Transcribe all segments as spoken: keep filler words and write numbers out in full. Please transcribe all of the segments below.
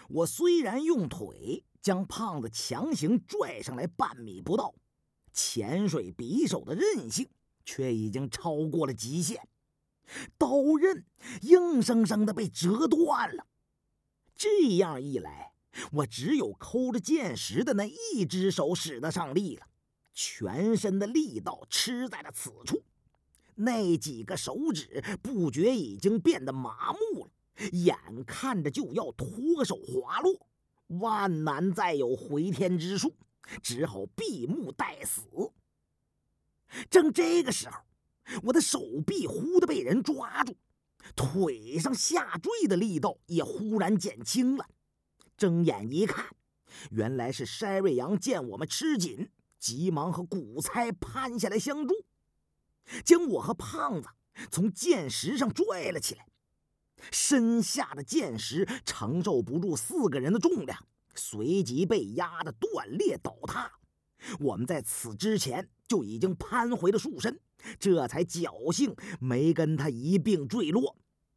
我虽然用腿将胖子强行拽上来半米不到，潜水匕首的韧性却已经超过了极限，刀刃硬生生的被折断了。这样一来，我只有抠着剑石的那一只手使得上力了，全身的力道吃在了此处。那几个手指不觉已经变得麻木了，眼看着就要脱手滑落，万难再有回天之术，只好闭目待死。正这个时候，我的手臂忽地被人抓住，腿上下坠的力道也忽然减轻了。睁眼一看，原来是筛瑞阳见我们吃紧，急忙和古猜攀下来相助，将我和胖子从剑石上拽了起来。身下的剑石承受不住四个人的重量，随即被压得断裂倒塌。我们在此之前就已经攀回了树身，这才侥幸没跟他一并坠落。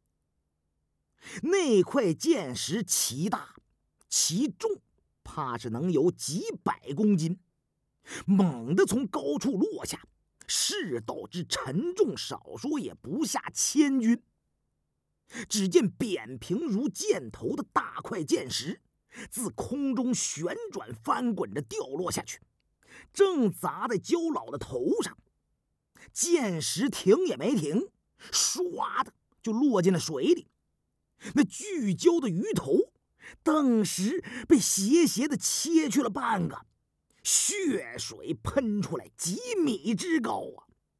那块剑石其大其重，怕是能有几百公斤，猛地从高处落下，势道之沉重，少说也不下千钧。只见扁平如箭头的大块剑石自空中旋转翻滚着掉落下去，正砸在焦老的头上。剑石停也没停，唰的就落进了水里。那巨焦的鱼头顿时被斜斜的切去了半个，血水喷出来几米之高啊！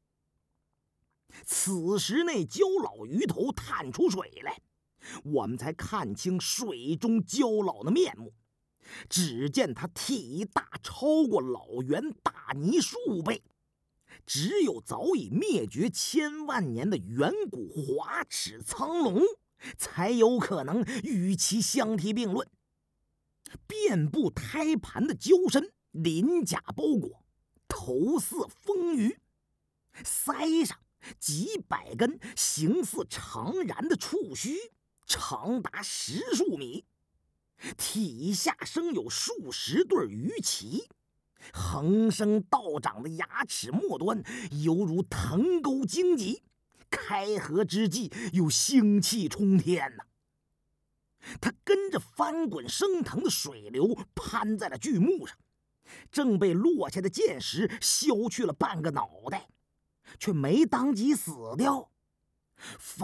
此时那焦老鱼头探出水来，我们才看清水中焦老的面目。只见他体大超过老袁大泥数倍，只有早已灭绝千万年的远古华齿苍龙才有可能与其相提并论。遍布胎盘的焦身，鳞甲包裹，头似风鱼，腮上几百根形似长髯的触须，长达十数米，体下生有数十对鱼鳍，横生倒长的牙齿末端犹如腾钩荆棘，开合之际有腥气冲天呐、啊！他跟着翻滚升腾的水流攀在了巨木上，正被落下的剑石削去了半个脑袋，却没当即死掉，